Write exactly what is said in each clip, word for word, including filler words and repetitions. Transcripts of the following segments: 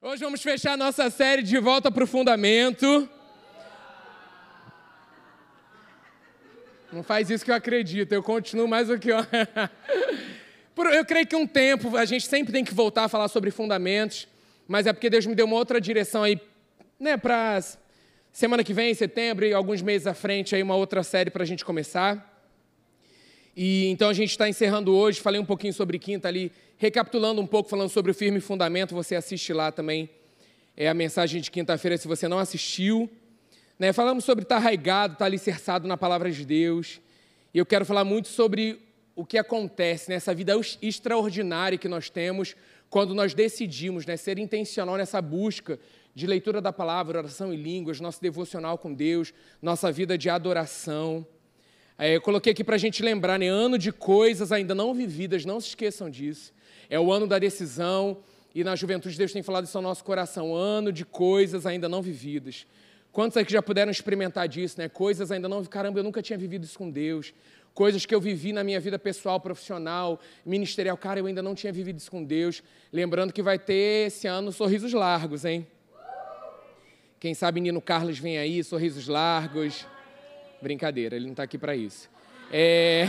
Hoje vamos fechar a nossa série de Volta para o Fundamento. Não faz isso que eu acredito, eu continuo mais do que eu... Eu creio que um tempo, a gente sempre tem que voltar a falar sobre fundamentos, mas é porque Deus me deu uma outra direção aí, né, para semana que vem, setembro, e alguns meses à frente, aí uma outra série para a gente começar. E então a gente está encerrando hoje, falei um pouquinho sobre quinta ali, recapitulando um pouco, falando sobre o firme fundamento, você assiste lá também, é a mensagem de quinta-feira, se você não assistiu. Né? Falamos sobre estar arraigado, estar alicerçado na palavra de Deus, e eu quero falar muito sobre o que acontece nessa vida extraordinária que nós temos quando nós decidimos, né, ser intencional nessa busca de leitura da palavra, oração em línguas, nosso devocional com Deus, nossa vida de adoração. É, eu coloquei aqui para a gente lembrar, né, ano de coisas ainda não vividas, não se esqueçam disso. É o ano da decisão e na juventude Deus tem falado isso ao nosso coração, ano de coisas ainda não vividas. Quantos aqui já puderam experimentar disso, né? Coisas ainda não... Caramba, eu nunca tinha vivido isso com Deus. Coisas que eu vivi na minha vida pessoal, profissional, ministerial. Cara, eu ainda não tinha vivido isso com Deus. Lembrando que vai ter esse ano sorrisos largos, hein? Quem sabe Nino Carlos vem aí, sorrisos largos. Brincadeira, ele não está aqui para isso. É...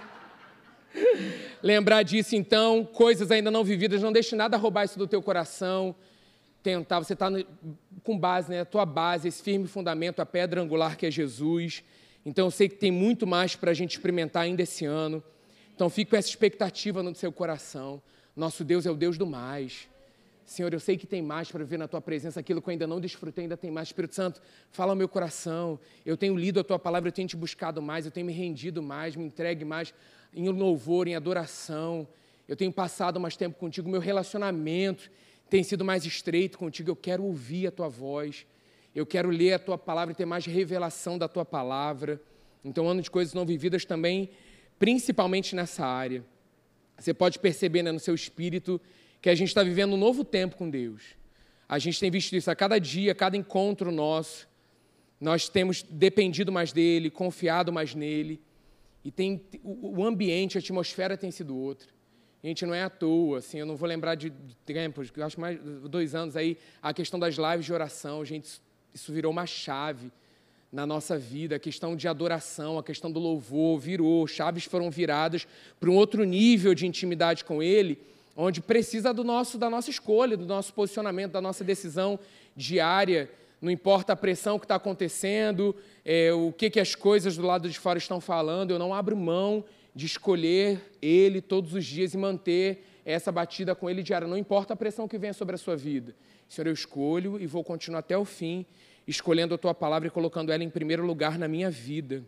Lembrar disso, então, coisas ainda não vividas. Não deixe nada roubar isso do teu coração. Tentar, você está com base, né? A tua base, esse firme fundamento, a pedra angular que é Jesus. Então, eu sei que tem muito mais para a gente experimentar ainda esse ano. Então, fique com essa expectativa no seu coração. Nosso Deus é o Deus do mais. Senhor, eu sei que tem mais para viver na Tua presença. Aquilo que eu ainda não desfrutei, ainda tem mais. Espírito Santo, fala ao meu coração. Eu tenho lido a Tua palavra, eu tenho te buscado mais, eu tenho me rendido mais, me entregue mais em louvor, em adoração. Eu tenho passado mais tempo contigo. Meu relacionamento tem sido mais estreito contigo. Eu quero ouvir a Tua voz. Eu quero ler a Tua palavra e ter mais revelação da Tua palavra. Então, ano de coisas não vividas também, principalmente nessa área. Você pode perceber, né, no seu espírito que a gente está vivendo um novo tempo com Deus. A gente tem visto isso a cada dia, a cada encontro nosso. Nós temos dependido mais dEle, confiado mais nele. E tem, o ambiente, a atmosfera tem sido outra. A gente não é à toa, assim, eu não vou lembrar de, de tempos, eu acho mais de dois anos aí, a questão das lives de oração, gente, isso virou uma chave na nossa vida, a questão de adoração, a questão do louvor, virou, chaves foram viradas para um outro nível de intimidade com Ele, onde precisa do nosso, da nossa escolha, do nosso posicionamento, da nossa decisão diária, não importa a pressão que está acontecendo, é, o que, que as coisas do lado de fora estão falando, eu não abro mão de escolher Ele todos os dias e manter essa batida com Ele diária, não importa a pressão que venha sobre a sua vida. Senhor, eu escolho e vou continuar até o fim, escolhendo a Tua palavra e colocando ela em primeiro lugar na minha vida.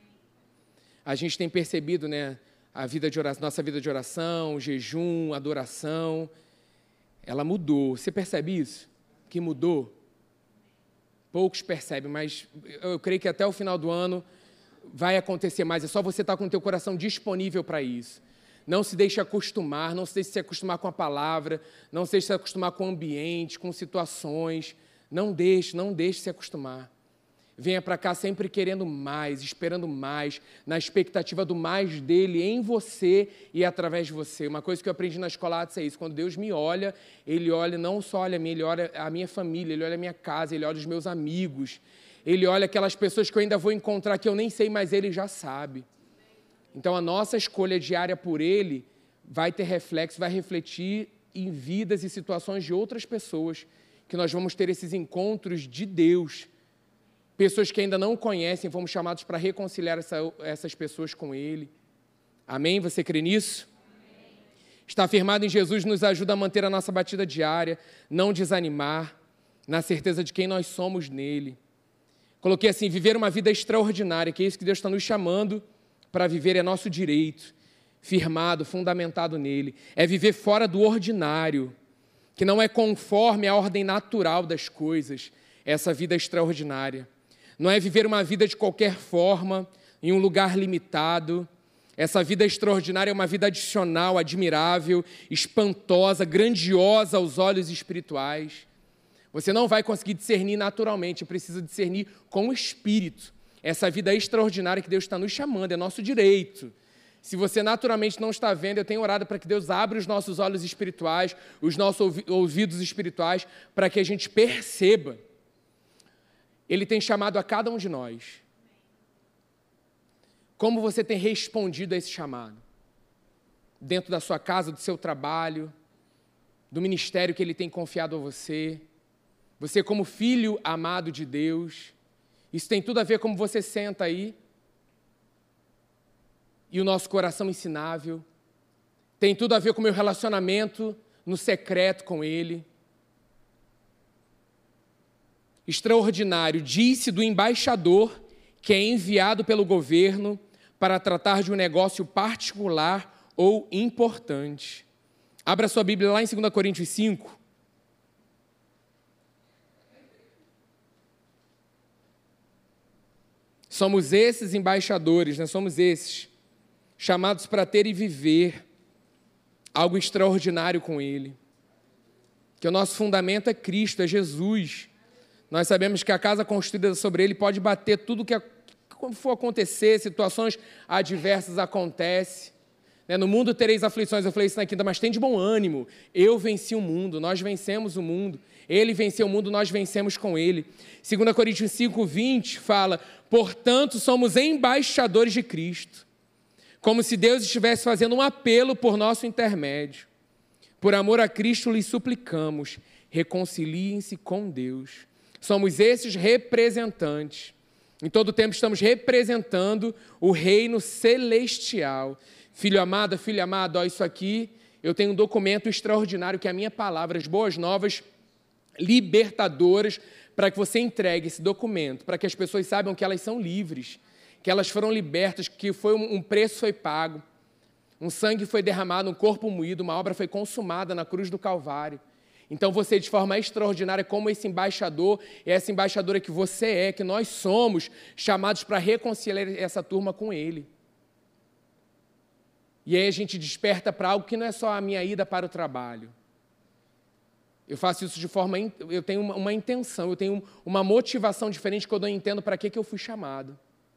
A gente tem percebido, né, a vida de oração, nossa vida de oração, jejum, adoração, ela mudou. Você percebe isso? Que mudou? Poucos percebem, mas eu creio que até o final do ano vai acontecer mais. É só você estar com o teu coração disponível para isso. Não se deixe acostumar, não se deixe se acostumar com a palavra, não se deixe se acostumar com o ambiente, com situações. Não deixe, não deixe se acostumar. Venha para cá sempre querendo mais, esperando mais, na expectativa do mais dele em você e através de você. Uma coisa que eu aprendi na escola Atos é isso. Quando Deus me olha, Ele olha, não só olha a mim, Ele olha a minha família, Ele olha a minha casa, Ele olha os meus amigos, Ele olha aquelas pessoas que eu ainda vou encontrar que eu nem sei, mas Ele já sabe. Então, a nossa escolha diária por Ele vai ter reflexo, vai refletir em vidas e situações de outras pessoas, que nós vamos ter esses encontros de Deus. Pessoas que ainda não conhecem, fomos chamados para reconciliar essa, essas pessoas com Ele. Amém? Você crê nisso? Amém. Estar firmado em Jesus nos ajuda a manter a nossa batida diária, não desanimar, na certeza de quem nós somos nele. Coloquei assim, viver uma vida extraordinária, que é isso que Deus está nos chamando para viver, é nosso direito, firmado, fundamentado nele. É viver fora do ordinário, que não é conforme a ordem natural das coisas, essa vida extraordinária. Não é viver uma vida de qualquer forma, em um lugar limitado. Essa vida extraordinária é uma vida adicional, admirável, espantosa, grandiosa aos olhos espirituais. Você não vai conseguir discernir naturalmente, precisa discernir com o Espírito. Essa vida extraordinária que Deus está nos chamando, é nosso direito. Se você naturalmente não está vendo, eu tenho orado para que Deus abra os nossos olhos espirituais, os nossos ouvidos espirituais, para que a gente perceba. Ele tem chamado a cada um de nós. Como você tem respondido a esse chamado? Dentro da sua casa, do seu trabalho, do ministério que Ele tem confiado a você. Você como filho amado de Deus. Isso tem tudo a ver com como você senta aí. E o nosso coração ensinável. Tem tudo a ver com o meu relacionamento no secreto com Ele. Extraordinário, disse do embaixador que é enviado pelo governo para tratar de um negócio particular ou importante. Abra sua Bíblia lá em dois Coríntios cinco. Somos esses embaixadores, nós somos esses, chamados para ter e viver algo extraordinário com Ele. Que o nosso fundamento é Cristo, é Jesus. Nós sabemos que a casa construída sobre Ele pode bater tudo o que for acontecer, situações adversas acontecem. No mundo tereis aflições, eu falei isso na quinta, mas tem de bom ânimo. Eu venci o mundo, nós vencemos o mundo. Ele venceu o mundo, nós vencemos com Ele. dois Coríntios cinco, vinte fala, portanto, somos embaixadores de Cristo, como se Deus estivesse fazendo um apelo por nosso intermédio. Por amor a Cristo lhes suplicamos, reconciliem-se com Deus. Somos esses representantes. Em todo tempo estamos representando o reino celestial. Filho amado, filha amada, ó, isso aqui, eu tenho um documento extraordinário que é a minha palavra, as boas novas libertadoras, para que você entregue esse documento, para que as pessoas saibam que elas são livres, que elas foram libertas, que foi um, um preço foi pago, um sangue foi derramado, um corpo moído, uma obra foi consumada na cruz do Calvário. Então você, de forma extraordinária, como esse embaixador, é essa embaixadora que você é, que nós somos, chamados para reconciliar essa turma com Ele. E aí a gente desperta para algo que não é só a minha ida para o trabalho. Eu faço isso de forma... Eu tenho uma, uma intenção, eu tenho uma motivação diferente que eu não entendo para que, que eu fui chamado.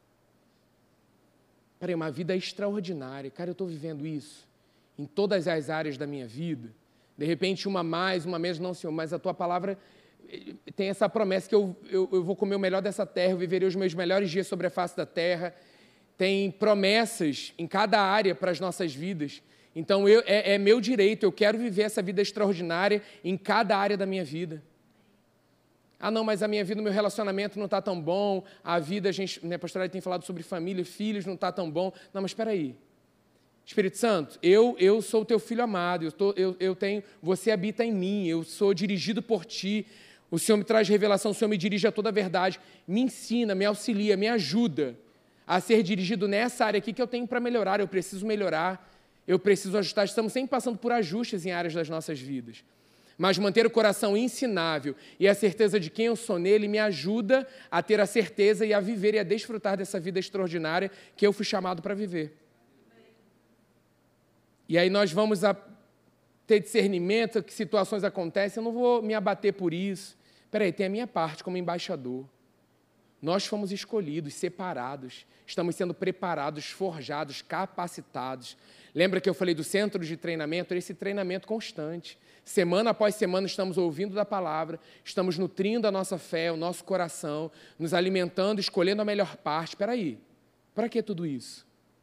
Peraí, uma vida extraordinária. Cara, eu estou vivendo isso em todas as áreas da minha vida. De repente, uma mais, uma menos, não, Senhor, mas a Tua palavra tem essa promessa que eu, eu, eu vou comer o melhor dessa terra, eu viverei os meus melhores dias sobre a face da terra. Tem promessas em cada área para as nossas vidas. Então, eu, é, é meu direito, eu quero viver essa vida extraordinária em cada área da minha vida. Ah, não, mas a minha vida, o meu relacionamento não está tão bom, a vida, a gente, né, a pastora tem falado sobre família, filhos, não está tão bom. Não, mas espera aí. Espírito Santo, eu, eu sou o teu filho amado, eu, tô, eu, eu tenho, você habita em mim, eu sou dirigido por ti, o Senhor me traz revelação, o Senhor me dirige a toda a verdade, me ensina, me auxilia, me ajuda a ser dirigido nessa área aqui que eu tenho para melhorar, eu preciso melhorar, eu preciso ajustar. Estamos sempre passando por ajustes em áreas das nossas vidas. Mas manter o coração ensinável e a certeza de quem eu sou nele me ajuda a ter a certeza e a viver e a desfrutar dessa vida extraordinária que eu fui chamado para viver. E aí nós vamos a ter discernimento, que situações acontecem, eu não vou me abater por isso. Espera aí, tem a minha parte como embaixador. Nós fomos escolhidos, separados, estamos sendo preparados, forjados, capacitados. Lembra que eu falei do centro de treinamento? Esse treinamento constante. Semana após semana estamos ouvindo da palavra, estamos nutrindo a nossa fé, o nosso coração, nos alimentando, escolhendo a melhor parte. Espera aí, para que tudo isso?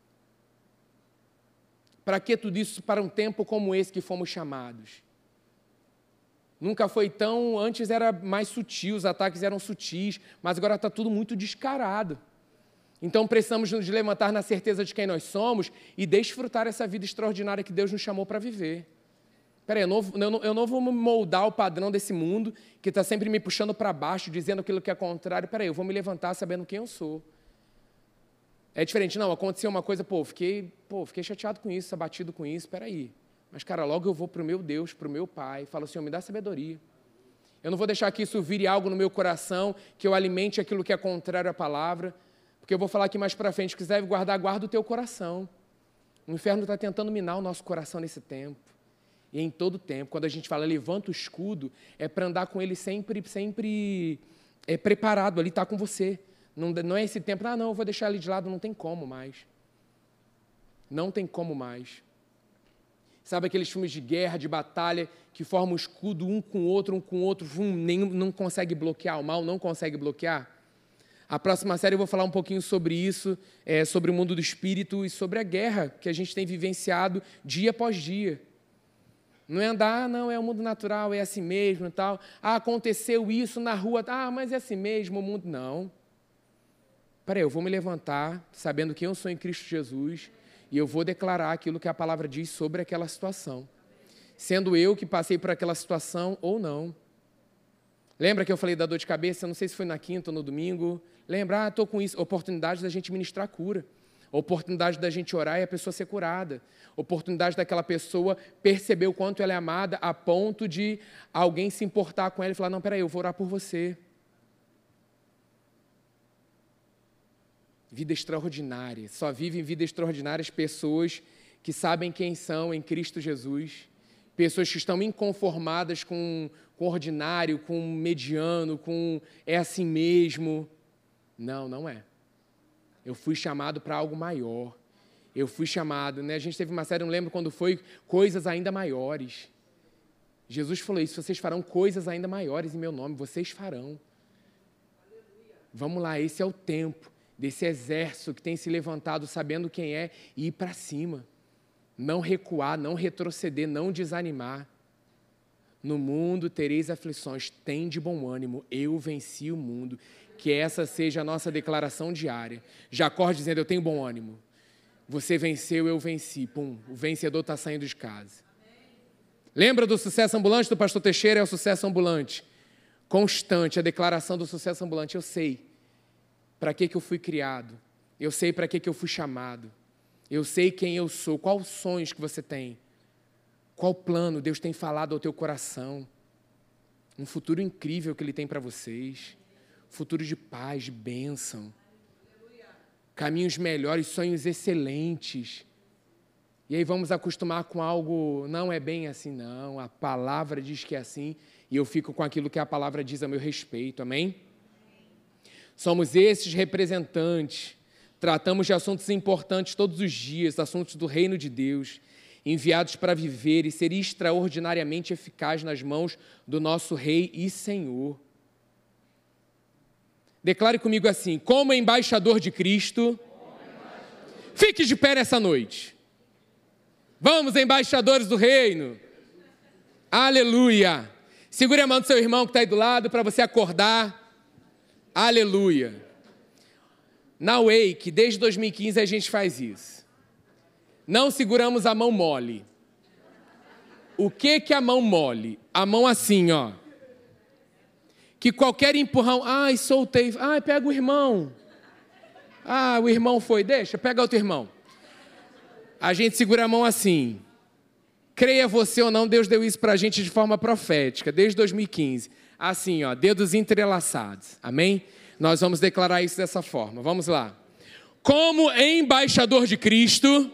Para que tudo isso para um tempo como esse que fomos chamados? Nunca foi tão... Antes era mais sutil, os ataques eram sutis, mas agora está tudo muito descarado. Então precisamos nos levantar na certeza de quem nós somos e desfrutar essa vida extraordinária que Deus nos chamou para viver. Espera aí, eu não, eu, não, eu não vou moldar o padrão desse mundo que está sempre me puxando para baixo, dizendo aquilo que é contrário. Espera aí, eu vou me levantar sabendo quem eu sou. É diferente, não, aconteceu uma coisa, pô, fiquei, pô, fiquei chateado com isso, abatido com isso, espera aí. Mas, cara, logo eu vou para o meu Deus, para o meu Pai, falo, Senhor, me dá sabedoria. Eu não vou deixar que isso vire algo no meu coração, que eu alimente aquilo que é contrário à palavra, porque eu vou falar aqui mais para frente, que você deve guardar, guarda o teu coração. O inferno está tentando minar o nosso coração nesse tempo. E em todo tempo, quando a gente fala, levanta o escudo, é para andar com ele sempre, sempre é, preparado, ali está com você. Não, não é esse tempo, ah, não, eu vou deixar ele de lado, não tem como mais. Não tem como mais. Sabe aqueles filmes de guerra, de batalha, que formam um escudo um com o outro, um com o outro, um, nenhum, não consegue bloquear, o mal não consegue bloquear? A próxima série eu vou falar um pouquinho sobre isso, é, sobre o mundo do espírito e sobre a guerra que a gente tem vivenciado dia após dia. Não é andar, ah, não, é o mundo natural, é assim mesmo e tal. Ah, aconteceu isso na rua, ah, mas é assim mesmo o mundo. Não. Peraí, eu vou me levantar sabendo quem eu sou em Cristo Jesus e eu vou declarar aquilo que a palavra diz sobre aquela situação. Sendo eu que passei por aquela situação ou não. Lembra que eu falei da dor de cabeça? Eu não sei se foi na quinta ou no domingo. Lembra, ah, estou com isso. Oportunidade da gente ministrar cura. Oportunidade da gente orar e a pessoa ser curada. Oportunidade daquela pessoa perceber o quanto ela é amada a ponto de alguém se importar com ela e falar, não, peraí, eu vou orar por você. Vida extraordinária. Só vivem vida extraordinária as pessoas que sabem quem são em Cristo Jesus. Pessoas que estão inconformadas com o ordinário, com o mediano, com é assim mesmo. Não, não é. Eu fui chamado para algo maior. Eu fui chamado, né? A gente teve uma série, não lembro quando foi, coisas ainda maiores. Jesus falou isso, vocês farão coisas ainda maiores em meu nome, vocês farão. Vamos lá, esse é o tempo desse exército que tem se levantado sabendo quem é e ir para cima. Não recuar, não retroceder, não desanimar. No mundo tereis aflições, tem de bom ânimo, eu venci o mundo. Que essa seja a nossa declaração diária. Jacó dizendo, eu tenho bom ânimo. Você venceu, eu venci. Pum, o vencedor está saindo de casa. Lembra do sucesso ambulante do pastor Teixeira? É o sucesso ambulante. Constante, a declaração do sucesso ambulante. Eu sei para que, que eu fui criado. Eu sei para que, que eu fui chamado. Eu sei quem eu sou. Quais os sonhos que você tem? Qual plano Deus tem falado ao teu coração? Um futuro incrível que Ele tem para vocês. Futuro de paz, de bênção. Caminhos melhores, sonhos excelentes. E aí vamos acostumar com algo, não é bem assim, não. A palavra diz que é assim, e eu fico com aquilo que a palavra diz a meu respeito, amém? Somos esses representantes. Tratamos de assuntos importantes todos os dias, assuntos do reino de Deus, enviados para viver e ser extraordinariamente eficaz nas mãos do nosso Rei e Senhor. Declare comigo assim, como embaixador de Cristo, fique de pé nessa noite. Vamos, embaixadores do reino. Aleluia. Segure a mão do seu irmão que está aí do lado para você acordar. Aleluia. Na Wake, desde dois mil e quinze a gente faz isso. Não seguramos a mão mole. O que que é a mão mole? A mão assim, ó. Que qualquer empurrão, ai, soltei, ai, pega o irmão. Ah, o irmão foi, deixa, pega outro irmão. A gente segura a mão assim. Creia você ou não, Deus deu isso pra gente de forma profética, desde dois mil e quinze. Assim, ó, dedos entrelaçados, amém? Nós vamos declarar isso dessa forma, vamos lá. Como embaixador de Cristo...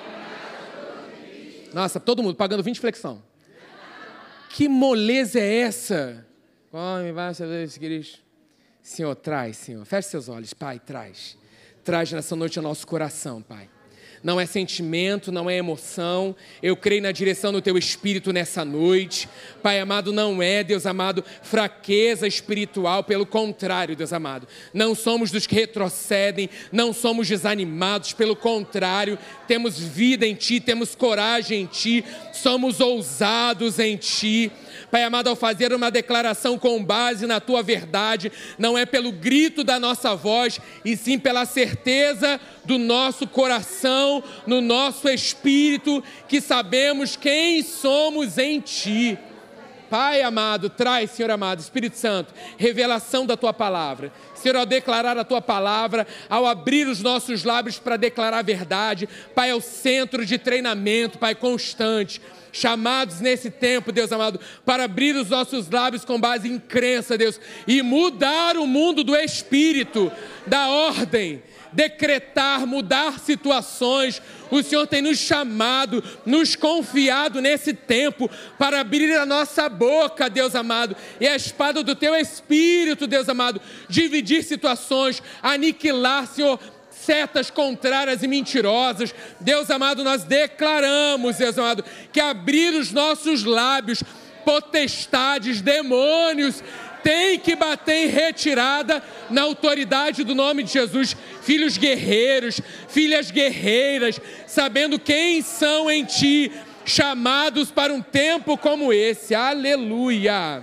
Nossa, todo mundo pagando vinte flexão. Que moleza é essa? Como embaixador de Cristo. Senhor, traz, Senhor. Feche seus olhos, Pai, traz. Traz nessa noite ao nosso coração, Pai. Não é sentimento, não é emoção. Eu creio na direção do Teu Espírito nessa noite. Pai amado, não é, Deus amado, fraqueza espiritual. Pelo contrário, Deus amado. Não somos dos que retrocedem, não somos desanimados. Pelo contrário, temos vida em Ti, temos coragem em Ti. Somos ousados em Ti. Pai amado, ao fazer uma declaração com base na Tua verdade, não é pelo grito da nossa voz, e sim pela certeza do nosso coração, no nosso espírito, que sabemos quem somos em Ti. Pai amado, traz, Senhor amado, Espírito Santo, revelação da Tua palavra. Senhor, ao declarar a Tua palavra, ao abrir os nossos lábios para declarar a verdade, Pai, é o centro de treinamento, Pai, constante. Chamados nesse tempo, Deus amado, para abrir os nossos lábios com base em crença, Deus, e mudar o mundo do Espírito, da ordem, decretar, mudar situações. O Senhor tem nos chamado, nos confiado nesse tempo para abrir a nossa boca, Deus amado, e a espada do Teu Espírito, Deus amado, dividir situações, aniquilar, Senhor, setas contrárias e mentirosas. Deus amado, nós declaramos, Deus amado, que abrir os nossos lábios, potestades, demônios, tem que bater em retirada na autoridade do nome de Jesus. Filhos guerreiros, filhas guerreiras, sabendo quem são em ti, chamados para um tempo como esse. Aleluia!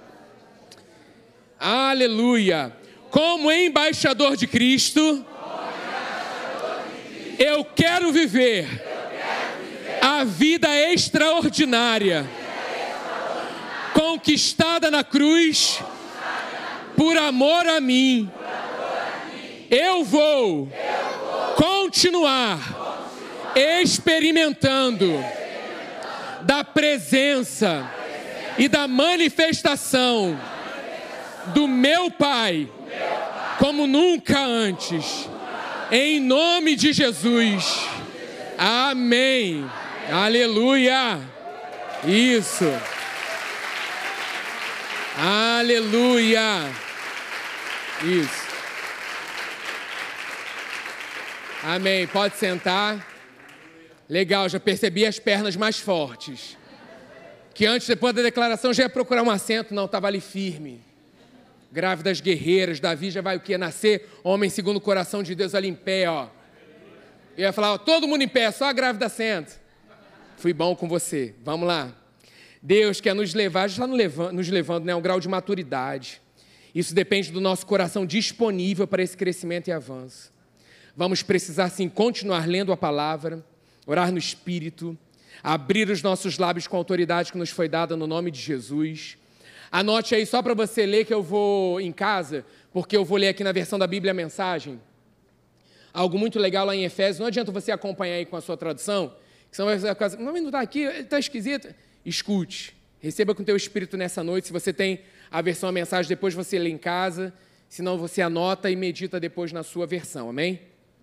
Aleluia! Como embaixador de Cristo, eu quero viver a vida extraordinária conquistada na cruz por amor a mim. Eu vou continuar experimentando da presença e da manifestação do meu Pai como nunca antes. Em nome de Jesus. Amém. Aleluia. Isso. Aleluia. Isso. Amém. Pode sentar. Legal, já percebi as pernas mais fortes. Que antes, depois da declaração, já ia procurar um assento. Não, estava ali firme. Grávidas guerreiras. Davi já vai o quê? Nascer homem segundo o coração de Deus ali em pé, ó. Eu ia falar, ó, todo mundo em pé, só a grávida senta. Fui bom com você. Vamos lá. Deus quer nos levar, já está nos levando, né, a um grau de maturidade. Isso depende do nosso coração disponível para esse crescimento e avanço. Vamos precisar, sim, continuar lendo a palavra, orar no Espírito, abrir os nossos lábios com a autoridade que nos foi dada no nome de Jesus. Anote aí só para você ler, que eu vou em casa, porque eu vou ler aqui na versão da Bíblia a mensagem. Algo muito legal lá em Efésios. Não adianta você acompanhar aí com a sua tradução, que senão vai ficar assim, não, mas não está aqui, está esquisito. Escute, receba com o teu espírito nessa noite. Se você tem a versão, a mensagem, depois você lê em casa. Se não, você anota e medita depois na sua versão, amém?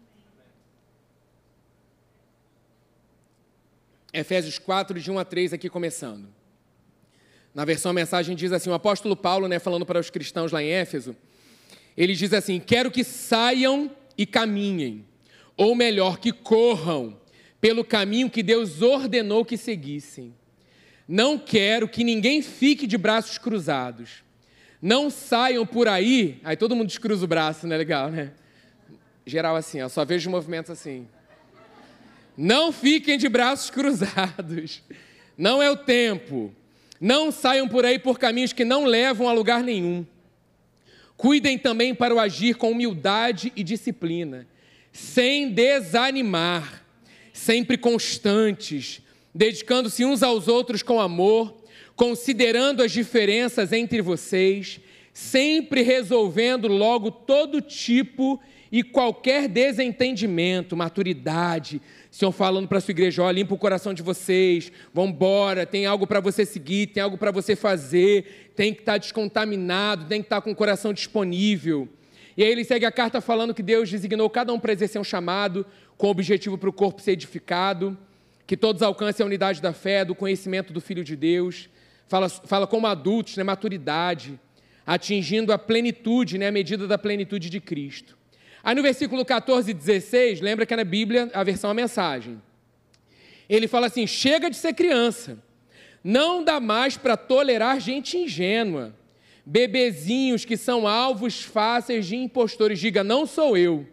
Efésios quatro, de um a três, aqui começando. Na versão, a mensagem diz assim, o apóstolo Paulo, né, falando para os cristãos lá em Éfeso, ele diz assim, quero que saiam e caminhem, ou melhor, que corram pelo caminho que Deus ordenou que seguissem. Não quero que ninguém fique de braços cruzados. Não saiam por aí... Aí todo mundo descruza o braço, né? Legal, né? Geral assim, ó, só vejo movimentos assim. Não fiquem de braços cruzados. Não é o tempo. Não saiam por aí por caminhos que não levam a lugar nenhum. Cuidem também para o agir com humildade e disciplina, sem desanimar, sempre constantes, dedicando-se uns aos outros com amor, considerando as diferenças entre vocês, sempre resolvendo logo todo tipo e qualquer desentendimento, maturidade. Senhor falando para a sua igreja, ó, limpa o coração de vocês, vão embora, tem algo para você seguir, tem algo para você fazer, tem que estar descontaminado, tem que estar com o coração disponível. E aí ele segue a carta falando que Deus designou cada um para exercer um chamado, com o objetivo para o corpo ser edificado, que todos alcancem a unidade da fé, do conhecimento do Filho de Deus. Fala, fala como adultos, né, maturidade, atingindo a plenitude, né, a medida da plenitude de Cristo. Aí no versículo catorze e dezesseis, lembra que é na Bíblia a versão a mensagem. Ele fala assim, chega de ser criança, não dá mais para tolerar gente ingênua, bebezinhos que são alvos fáceis de impostores. Diga, não sou eu.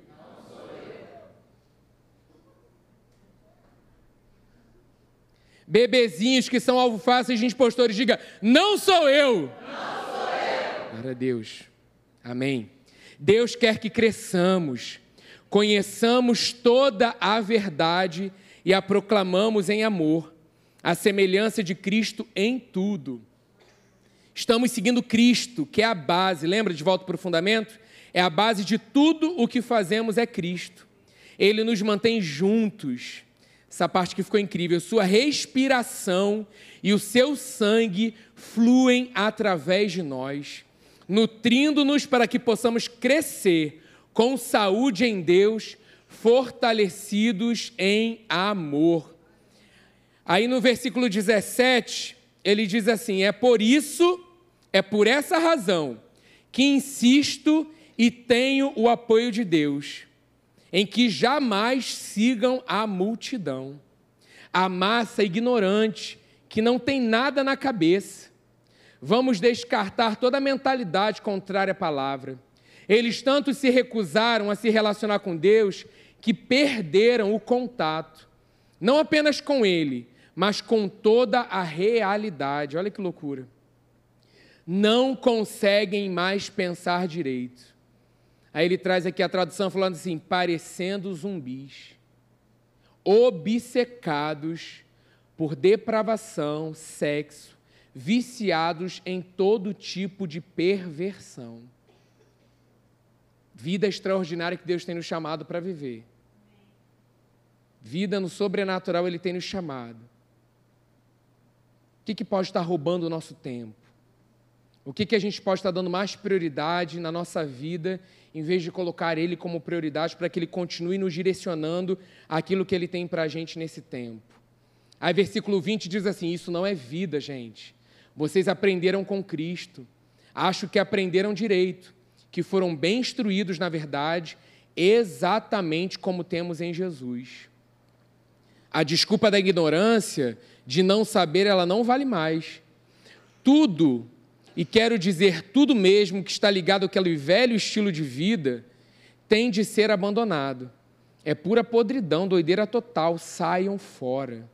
Bebezinhos que são alvo fáceis de impostores, diga, não sou eu. Não sou eu. Glória a Deus. Amém. Deus quer que cresçamos, conheçamos toda a verdade e a proclamamos em amor, a semelhança de Cristo em tudo. Estamos seguindo Cristo, que é a base, lembra de volta para o fundamento? É a base de tudo o que fazemos é Cristo. Ele nos mantém juntos. Essa parte que ficou incrível, sua respiração e o seu sangue fluem através de nós, nutrindo-nos para que possamos crescer com saúde em Deus, fortalecidos em amor. Aí no versículo dezessete, ele diz assim, é por isso, é por essa razão, que insisto e tenho o apoio de Deus. em que jamais sigam a multidão, a massa ignorante, que não tem nada na cabeça. Vamos descartar toda a mentalidade contrária à palavra. Eles tanto se recusaram a se relacionar com Deus que perderam o contato, não apenas com Ele, mas com toda a realidade. Olha que loucura. Não conseguem mais pensar direito. Aí ele traz aqui a tradução falando assim, parecendo zumbis, obcecados por depravação, sexo, viciados em todo tipo de perversão. Vida extraordinária que Deus tem nos chamado para viver. Vida no sobrenatural Ele tem nos chamado. O que, que pode estar roubando o nosso tempo? O que, que a gente pode estar dando mais prioridade na nossa vida, em vez de colocar Ele como prioridade para que Ele continue nos direcionando aquilo que Ele tem para a gente nesse tempo? Aí versículo vinte diz assim, isso não é vida, gente. Vocês aprenderam com Cristo. Acho que aprenderam direito, que foram bem instruídos na verdade, exatamente como temos em Jesus. A desculpa da ignorância, de não saber, ela não vale mais. Tudo, e quero dizer tudo mesmo que está ligado àquele velho estilo de vida, tem de ser abandonado. É pura podridão, doideira total, saiam fora.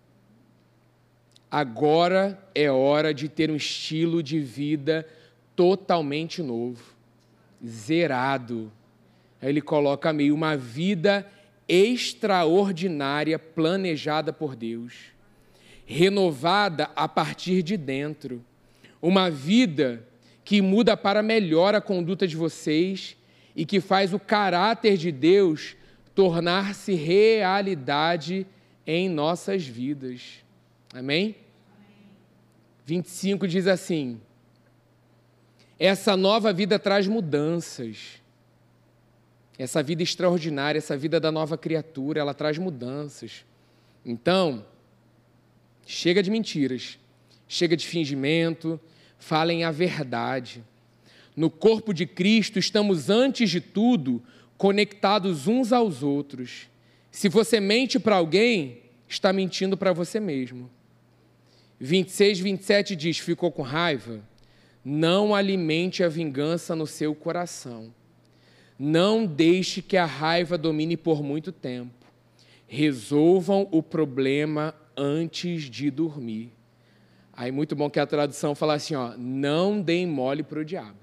Agora é hora de ter um estilo de vida totalmente novo, zerado. Aí ele coloca meio uma vida extraordinária planejada por Deus, renovada a partir de dentro, uma vida que muda para melhor a conduta de vocês e que faz o caráter de Deus tornar-se realidade em nossas vidas. Amém? vinte e cinco diz assim, essa nova vida traz mudanças. Essa vida extraordinária, essa vida da nova criatura, ela traz mudanças. Então, chega de mentiras, chega de fingimento, falem a verdade. No corpo de Cristo, estamos, antes de tudo, conectados uns aos outros. Se você mente para alguém, está mentindo para você mesmo. vinte e seis, vinte e sete diz, ficou com raiva? Não alimente a vingança no seu coração. Não deixe que a raiva domine por muito tempo. Resolvam o problema antes de dormir. Aí muito bom que a tradução fala assim, ó, não deem mole para o diabo.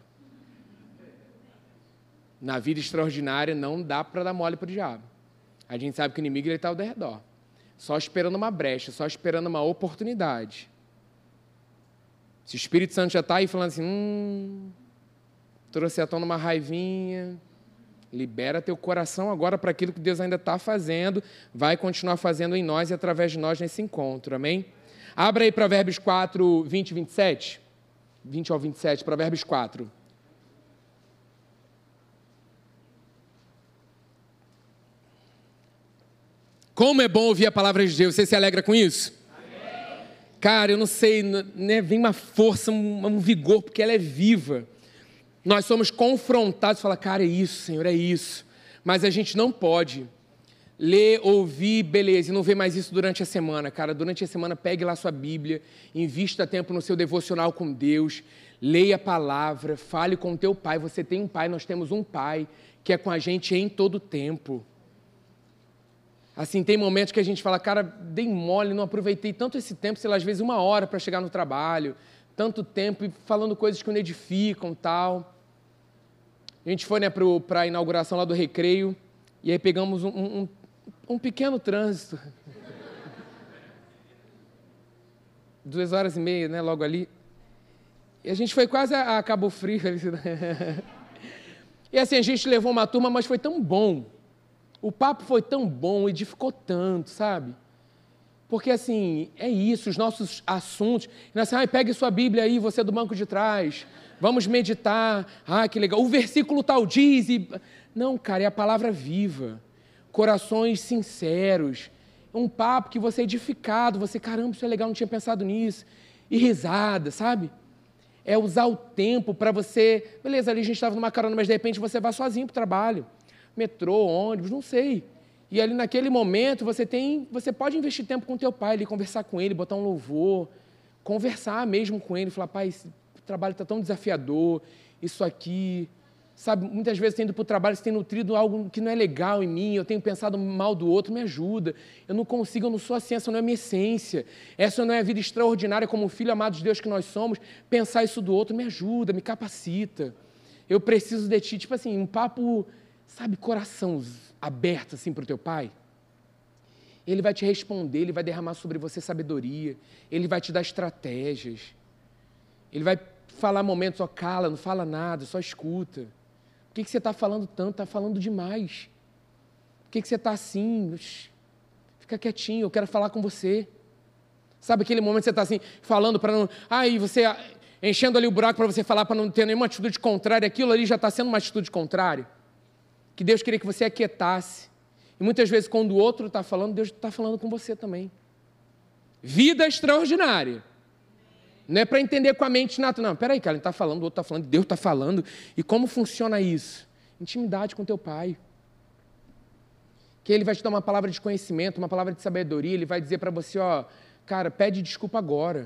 Na vida extraordinária não dá para dar mole para o diabo. A gente sabe que o inimigo está ao redor, só esperando uma brecha, só esperando uma oportunidade. Se o Espírito Santo já está aí falando assim, hum, trouxe à tona uma raivinha, libera teu coração agora para aquilo que Deus ainda está fazendo, vai continuar fazendo em nós e através de nós nesse encontro, amém? Abra aí Provérbios quatro, vinte e vinte e sete, vinte ao vinte e sete, Provérbios quatro. Como é bom ouvir a palavra de Deus, você se alegra com isso? Amém. Cara, eu não sei, né, vem uma força, um, um vigor, porque ela é viva. Nós somos confrontados e falar, cara, é isso, Senhor, é isso. Mas a gente não pode ler, ouvir, beleza, e não ver mais isso durante a semana. Cara, durante a semana, pegue lá a sua Bíblia, invista tempo no seu devocional com Deus, leia a palavra, fale com o teu pai. Você tem um pai, nós temos um pai que é com a gente em todo tempo. Assim, tem momentos que a gente fala, cara, dei mole, não aproveitei tanto esse tempo, sei lá, às vezes uma hora para chegar no trabalho, tanto tempo, e falando coisas que não edificam, tal. A gente foi, né, para a inauguração lá do Recreio, e aí pegamos um, um, um pequeno trânsito. Duas horas e meia, né, logo ali. E a gente foi quase a, a Cabo Frio. E assim, a gente levou uma turma, mas foi tão bom. O papo foi tão bom, edificou tanto, sabe? Porque, assim, é isso, os nossos assuntos. Assim, ah, pegue sua Bíblia aí, você é do banco de trás. Vamos meditar. Ah, que legal. O versículo tal diz. E... Não, cara, é a palavra viva. Corações sinceros. Um papo que você é edificado. Você, caramba, isso é legal, não tinha pensado nisso. E risada, sabe? É usar o tempo para você... Beleza, ali a gente estava numa carona, mas de repente você vai sozinho para o trabalho. metrô, ônibus, não sei. E ali naquele momento você tem, você pode investir tempo com o teu pai, ali, conversar com ele, botar um louvor, conversar mesmo com ele, falar, pai, esse trabalho está tão desafiador, isso aqui, sabe, muitas vezes tendo para o trabalho, você tem nutrido algo que não é legal em mim, eu tenho pensado mal do outro, me ajuda, eu não consigo, eu não sou assim, essa não é a minha essência, essa não é a vida extraordinária como filho amado de Deus que nós somos, pensar isso do outro me ajuda, me capacita, eu preciso de ti, tipo assim, um papo, sabe, coração aberto assim para o teu pai. Ele vai te responder, ele vai derramar sobre você sabedoria, ele vai te dar estratégias, ele vai falar momentos, ó, cala, não fala nada, só escuta. Por que, que você está falando tanto? Está falando demais. Por que, que você está assim? Fica quietinho, eu quero falar com você. Sabe aquele momento que você está assim, falando para não... Aí você enchendo ali o buraco para você falar, para não ter nenhuma atitude contrária, aquilo ali já está sendo uma atitude contrária. Que Deus queria que você aquietasse. E muitas vezes, quando o outro está falando, Deus está falando com você também. Vida extraordinária. Não é para entender com a mente natural. Não, peraí, cara, ele está falando, o outro está falando, Deus está falando. E como funciona isso? Intimidade com teu pai. Que ele vai te dar uma palavra de conhecimento, uma palavra de sabedoria, ele vai dizer para você, ó, cara, pede desculpa agora.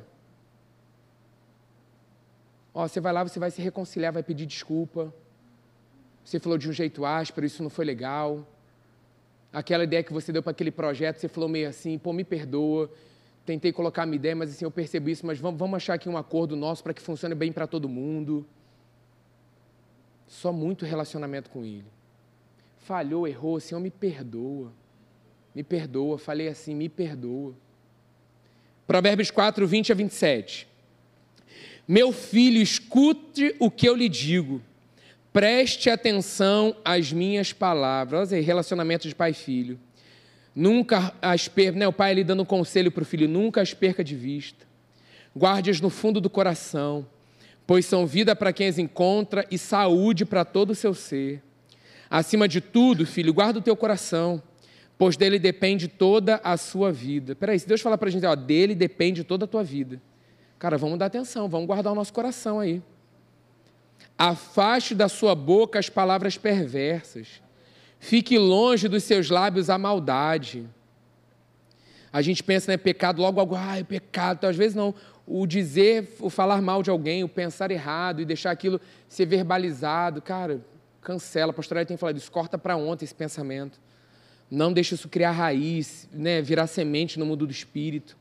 Ó, você vai lá, você vai se reconciliar, vai pedir desculpa. Você falou de um jeito áspero, isso não foi legal. Aquela ideia que você deu para aquele projeto, você falou meio assim, pô, me perdoa. Tentei colocar a minha ideia, mas assim, eu percebi isso, mas vamos, vamos achar aqui um acordo nosso para que funcione bem para todo mundo. Só muito relacionamento com ele. Falhou, errou, Senhor, me perdoa. Me perdoa, falei assim, me perdoa. Provérbios quatro, vinte a vinte e sete. Meu filho, escute o que eu lhe digo. Preste atenção às minhas palavras. Olha aí, relacionamento de pai e filho. Nunca as perca, né? O pai ali dando um conselho para o filho, nunca as perca de vista. Guarde-as no fundo do coração, pois são vida para quem as encontra e saúde para todo o seu ser. Acima de tudo, filho, guarda o teu coração, pois dele depende toda a sua vida. Peraí, se Deus falar para a gente, ó, dele depende toda a tua vida. Cara, vamos dar atenção, vamos guardar o nosso coração aí. Afaste da sua boca as palavras perversas. Fique longe dos seus lábios a maldade. A gente pensa, né, pecado, logo algo, ah, é pecado. Então, às vezes não. O dizer, o falar mal de alguém, o pensar errado e deixar aquilo ser verbalizado, cara, cancela. A pastora tem falado isso, corta para ontem esse pensamento. Não deixe isso criar raiz, né, virar semente no mundo do espírito.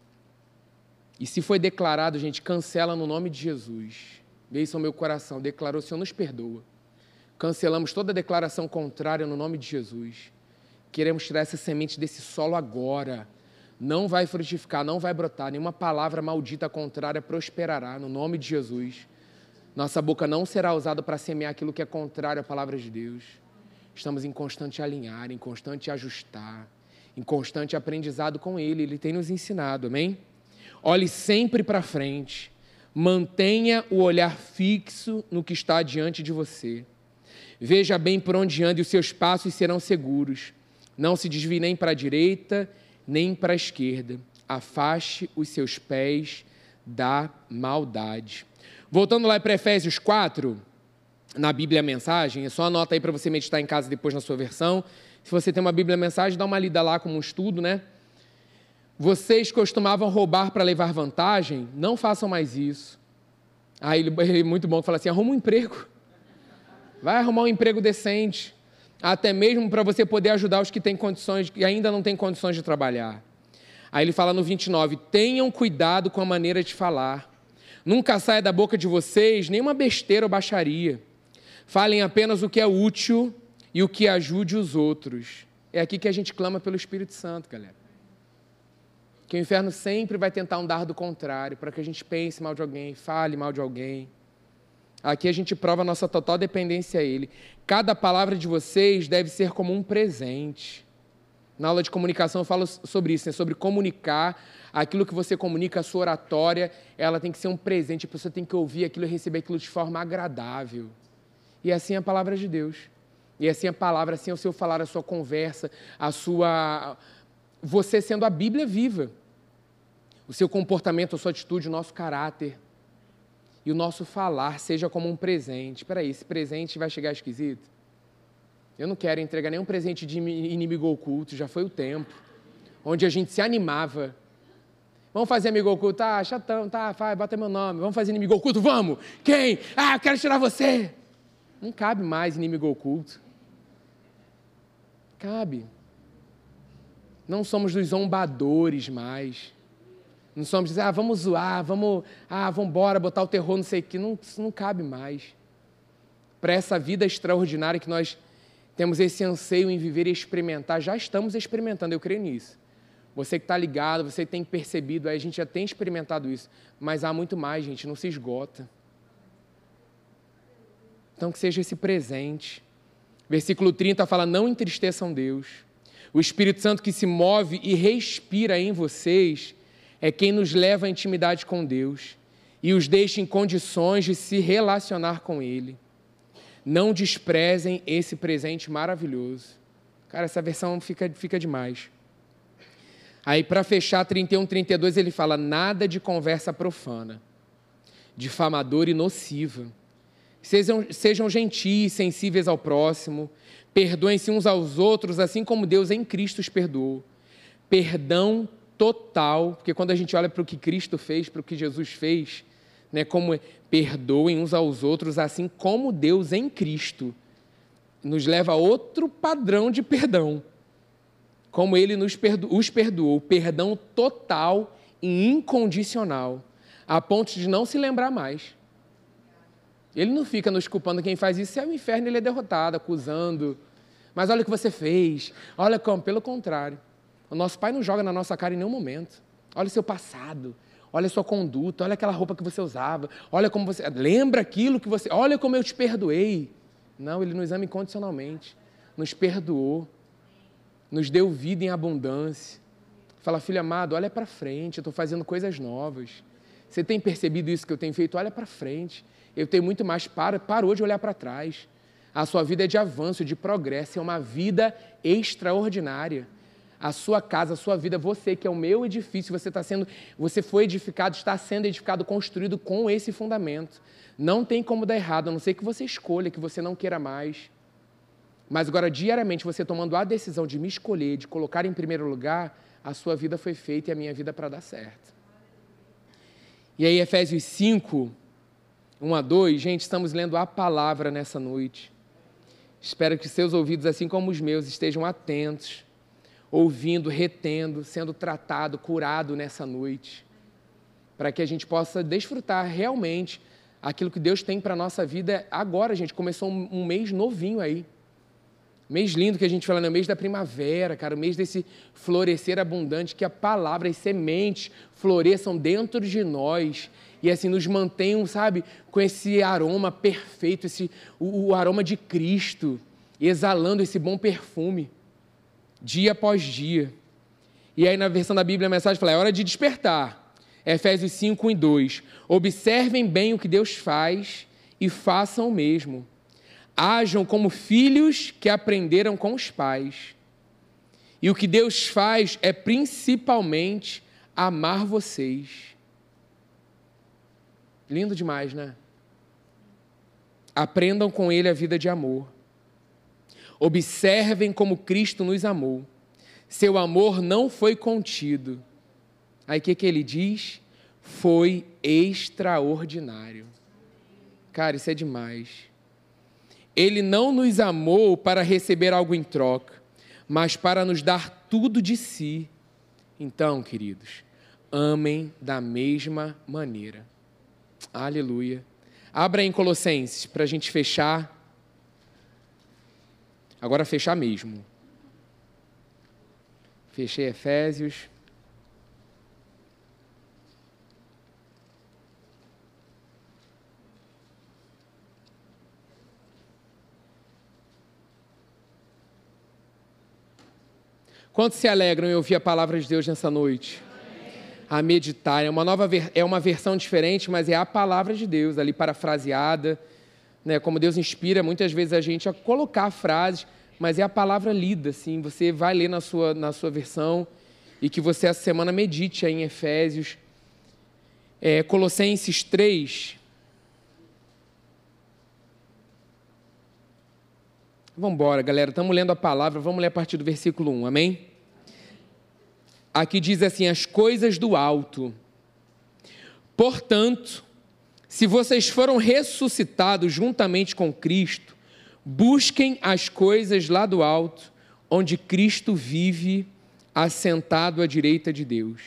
E se foi declarado, gente, cancela no nome de Jesus. Beijo ao meu coração, declarou, o Senhor nos perdoa. Cancelamos toda declaração contrária no nome de Jesus. Queremos tirar essa semente desse solo agora. Não vai frutificar, não vai brotar. Nenhuma palavra maldita contrária prosperará no nome de Jesus. Nossa boca não será usada para semear aquilo que é contrário à palavra de Deus. Estamos em constante alinhar, em constante ajustar, em constante aprendizado com Ele. Ele tem nos ensinado, amém? Olhe sempre para frente. Mantenha o olhar fixo no que está diante de você. Veja bem por onde anda e os seus passos serão seguros. Não se desvie nem para a direita, nem para a esquerda. Afaste os seus pés da maldade. Voltando lá para Efésios quatro, na Bíblia Mensagem, é só anota aí para você meditar em casa depois na sua versão. Se você tem uma Bíblia Mensagem, dá uma lida lá como um estudo, né? Vocês costumavam roubar para levar vantagem? Não façam mais isso. Aí ele é muito bom, fala assim, arruma um emprego. Vai arrumar um emprego decente, até mesmo para você poder ajudar os que têm condições, que ainda não têm condições de trabalhar. Aí ele fala no vinte e nove, tenham cuidado com a maneira de falar. Nunca saia da boca de vocês nenhuma besteira ou baixaria. Falem apenas o que é útil e o que ajude os outros. É aqui que a gente clama pelo Espírito Santo, galera. Que o inferno sempre vai tentar um dardo contrário, para que a gente pense mal de alguém, fale mal de alguém. Aqui a gente prova a nossa total dependência a Ele. Cada palavra de vocês deve ser como um presente. Na aula de comunicação eu falo sobre isso, né? Sobre comunicar. Aquilo que você comunica, a sua oratória, ela tem que ser um presente. A pessoa tem que ouvir aquilo e receber aquilo de forma agradável. E assim é a palavra de Deus. E assim a palavra, assim é o seu falar, a sua conversa, a sua... Você sendo a Bíblia viva. O seu comportamento, a sua atitude, o nosso caráter. E o nosso falar seja como um presente. Espera aí, esse presente vai chegar esquisito? Eu não quero entregar nenhum presente de inimigo oculto, já foi o tempo, onde a gente se animava. Vamos fazer amigo oculto? Tá, chatão, tá, vai, bota meu nome. Vamos fazer inimigo oculto? Vamos! Quem? Ah, eu quero tirar você! Não cabe mais inimigo oculto. Cabe. Não somos dos zombadores mais. Não somos dizer, ah, vamos zoar, vamos, ah, vamos embora, botar o terror, não sei o quê. Não, isso não cabe mais. Para essa vida extraordinária que nós temos esse anseio em viver e experimentar, já estamos experimentando, eu creio nisso. Você que está ligado, você que tem percebido, aí a gente já tem experimentado isso. Mas há muito mais, gente, não se esgota. Então, que seja esse presente. Versículo trinta fala, não entristeçam Deus. O Espírito Santo que se move e respira em vocês é quem nos leva à intimidade com Deus e os deixa em condições de se relacionar com Ele. Não desprezem esse presente maravilhoso. Cara, essa versão fica, fica demais. Aí, para fechar, trinta e um, trinta e dois, ele fala, nada de conversa profana, difamadora e nociva. Sejam, sejam gentis, sensíveis ao próximo, perdoem-se uns aos outros, assim como Deus em Cristo os perdoou. Perdão total, porque quando a gente olha para o que Cristo fez, para o que Jesus fez, né, como é, perdoem uns aos outros, assim como Deus em Cristo nos leva a outro padrão de perdão. Como Ele nos perdo, os perdoou, perdão total e incondicional, a ponto de não se lembrar mais. Ele não fica nos culpando, quem faz isso é o inferno, ele é derrotado, acusando. Mas olha o que você fez, olha como, pelo contrário. O nosso Pai não joga na nossa cara em nenhum momento. Olha o seu passado, olha a sua conduta, olha aquela roupa que você usava, olha como você... Lembra aquilo que você... Olha como eu te perdoei. Não, Ele nos ama incondicionalmente, nos perdoou, nos deu vida em abundância. Fala, filho amado, olha para frente, eu estou fazendo coisas novas. Você tem percebido isso que eu tenho feito? Olha para frente. Eu tenho muito mais, para, parou de olhar para trás. A sua vida é de avanço, de progresso, é uma vida extraordinária. A sua casa, a sua vida, você que é o meu edifício, você está sendo, você foi edificado, está sendo edificado, construído com esse fundamento. Não tem como dar errado, a não ser que você escolha, que você não queira mais. Mas agora, diariamente, você tomando a decisão de me escolher, de colocar em primeiro lugar, a sua vida foi feita e a minha vida para dar certo. E aí, Efésios cinco, um a dois, gente, estamos lendo a palavra nessa noite. Espero que seus ouvidos, assim como os meus, estejam atentos, ouvindo, retendo, sendo tratado, curado nessa noite, para que a gente possa desfrutar realmente aquilo que Deus tem para a nossa vida agora, gente. Começou um, um mês novinho aí. Mês lindo que a gente fala, no mês da primavera, cara, o mês desse florescer abundante, que a palavra, as sementes floresçam dentro de nós e assim nos mantenham, sabe, com esse aroma perfeito, esse, o, o aroma de Cristo, exalando esse bom perfume, dia após dia. E aí na versão da Bíblia a mensagem fala, é hora de despertar. Efésios cinco, um e dois. Observem bem o que Deus faz e façam o mesmo. Hajam como filhos que aprenderam com os pais. E o que Deus faz é principalmente amar vocês. Lindo demais, né? Aprendam com Ele a vida de amor. Observem como Cristo nos amou. Seu amor não foi contido. Aí o que, que Ele diz? Foi extraordinário. Cara, isso é demais. Ele não nos amou para receber algo em troca, mas para nos dar tudo de si. Então, queridos, amem da mesma maneira. Aleluia. Abra em Colossenses para a gente fechar. Agora fechar mesmo. Fechei Efésios. Quantos se alegram em ouvir a palavra de Deus nessa noite? Amém. A meditar. É uma nova ver... é uma versão diferente, mas é a palavra de Deus ali parafraseada, né? Como Deus inspira muitas vezes a gente a colocar frases, mas é a palavra lida, assim. Você vai ler na sua, na sua versão e que você essa semana medite aí em Efésios. É, Colossenses três. Vamos embora, galera. Estamos lendo a palavra. Vamos ler a partir do versículo um. Amém? Aqui diz assim: as coisas do alto. Portanto, se vocês foram ressuscitados juntamente com Cristo, busquem as coisas lá do alto, onde Cristo vive, assentado à direita de Deus.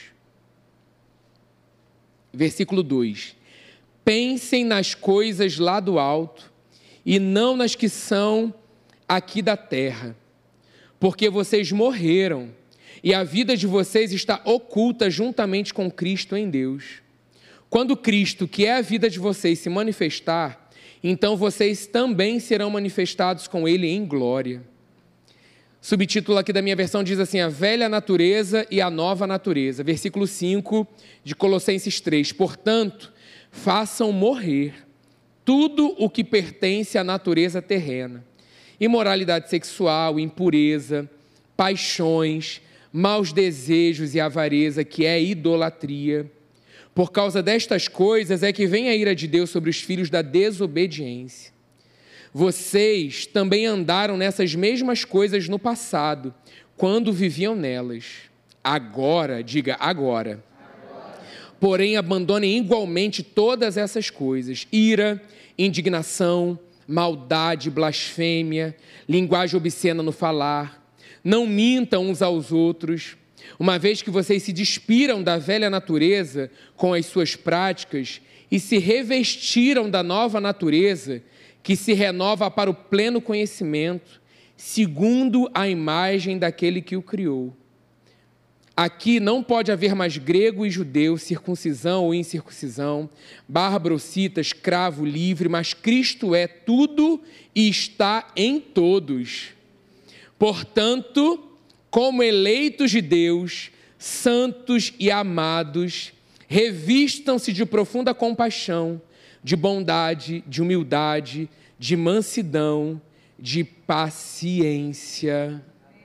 Versículo dois. Pensem nas coisas lá do alto e não nas que são aqui da terra, porque vocês morreram e a vida de vocês está oculta juntamente com Cristo em Deus. Quando Cristo, que é a vida de vocês, se manifestar, então vocês também serão manifestados com Ele em glória. Subtítulo aqui da minha versão diz assim: a velha natureza e a nova natureza. Versículo cinco de Colossenses três. Portanto, façam morrer tudo o que pertence à natureza terrena: imoralidade sexual, impureza, paixões, maus desejos e avareza, que é idolatria. Por causa destas coisas é que vem a ira de Deus sobre os filhos da desobediência. Vocês também andaram nessas mesmas coisas no passado, quando viviam nelas. Agora, diga agora. agora. Porém, abandonem igualmente todas essas coisas: ira, indignação, maldade, blasfêmia, linguagem obscena no falar. Não mintam uns aos outros, uma vez que vocês se despiram da velha natureza com as suas práticas e se revestiram da nova natureza, que se renova para o pleno conhecimento, segundo a imagem daquele que o criou. Aqui não pode haver mais grego e judeu, circuncisão ou incircuncisão, bárbaro, cita, escravo, livre, mas Cristo é tudo e está em todos. Portanto, como eleitos de Deus, santos e amados, revistam-se de profunda compaixão, de bondade, de humildade, de mansidão, de paciência.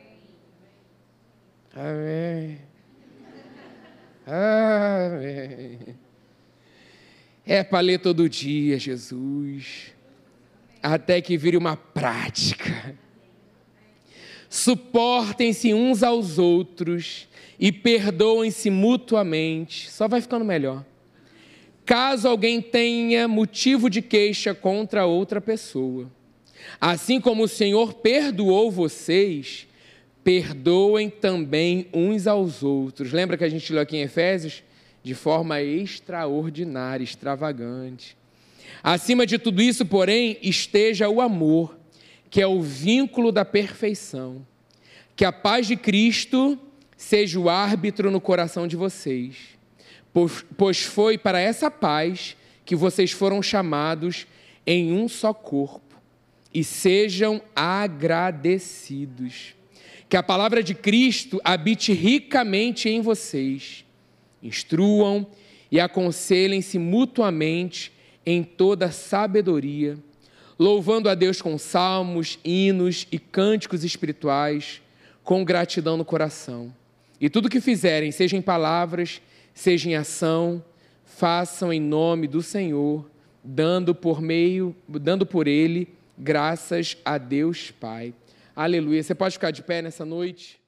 Amém. Amém. É para ler todo dia, Jesus, até que vire uma prática. Suportem-se uns aos outros e perdoem-se mutuamente. Só vai ficando melhor. Caso alguém tenha motivo de queixa contra outra pessoa, assim como o Senhor perdoou vocês, perdoem também uns aos outros. Lembra que a gente leu aqui em Efésios? De forma extraordinária, extravagante. Acima de tudo isso, porém, esteja o amor, que é o vínculo da perfeição. Que a paz de Cristo seja o árbitro no coração de vocês. Pois foi para essa paz que vocês foram chamados em um só corpo. E sejam agradecidos. Que a palavra de Cristo habite ricamente em vocês. Instruam e aconselhem-se mutuamente em toda sabedoria, louvando a Deus com salmos, hinos e cânticos espirituais, com gratidão no coração. E tudo que fizerem, seja em palavras, seja em ação, façam em nome do Senhor, dando por meio, dando por Ele graças a Deus Pai. Aleluia. Você pode ficar de pé nessa noite?